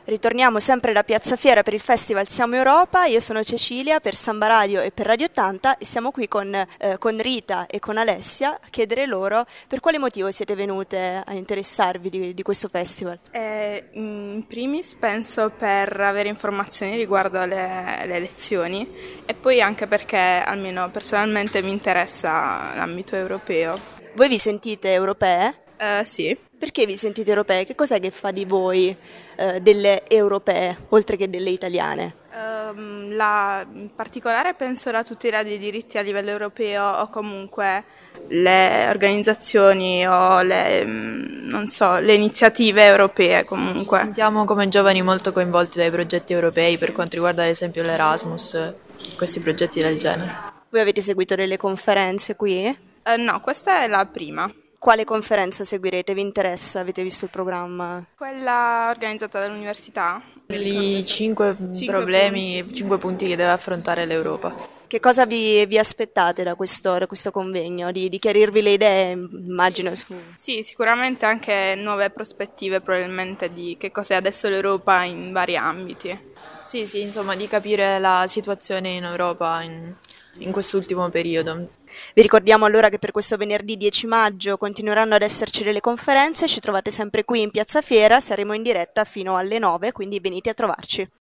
Ritorniamo sempre da Piazza Fiera per il Festival Siamo Europa, io sono Cecilia per Samba Radio e per Radio 80 e siamo qui con Rita e con Alessia a chiedere loro per quale motivo siete venute a interessarvi di questo festival. In primis penso per avere informazioni riguardo le elezioni e poi anche perché almeno personalmente mi interessa l'ambito europeo. Voi vi sentite europee? Sì. Perché vi sentite europee? Che cos'è che fa di voi delle europee, oltre che delle italiane? In particolare penso la tutela dei diritti a livello europeo o comunque le organizzazioni o non so, le iniziative europee comunque. Ci sentiamo come giovani molto coinvolti dai progetti europei per quanto riguarda ad esempio l'Erasmus, questi progetti del genere. Voi avete seguito delle conferenze qui? No, questa è la prima. Quale conferenza seguirete? Vi interessa? Avete visto il programma? Quella organizzata dall'università. I 5 problemi, 5 punti che deve affrontare l'Europa. Che cosa vi aspettate da questo convegno? Di chiarirvi le idee, immagino. Sì, sicuramente anche nuove prospettive probabilmente di che cos'è adesso l'Europa in vari ambiti. Sì, insomma, di capire la situazione in Europa in quest'ultimo periodo. Vi ricordiamo allora che per questo venerdì 10 maggio continueranno ad esserci delle conferenze, ci trovate sempre qui in Piazza Fiera, saremo in diretta fino alle 9, quindi venite a trovarci.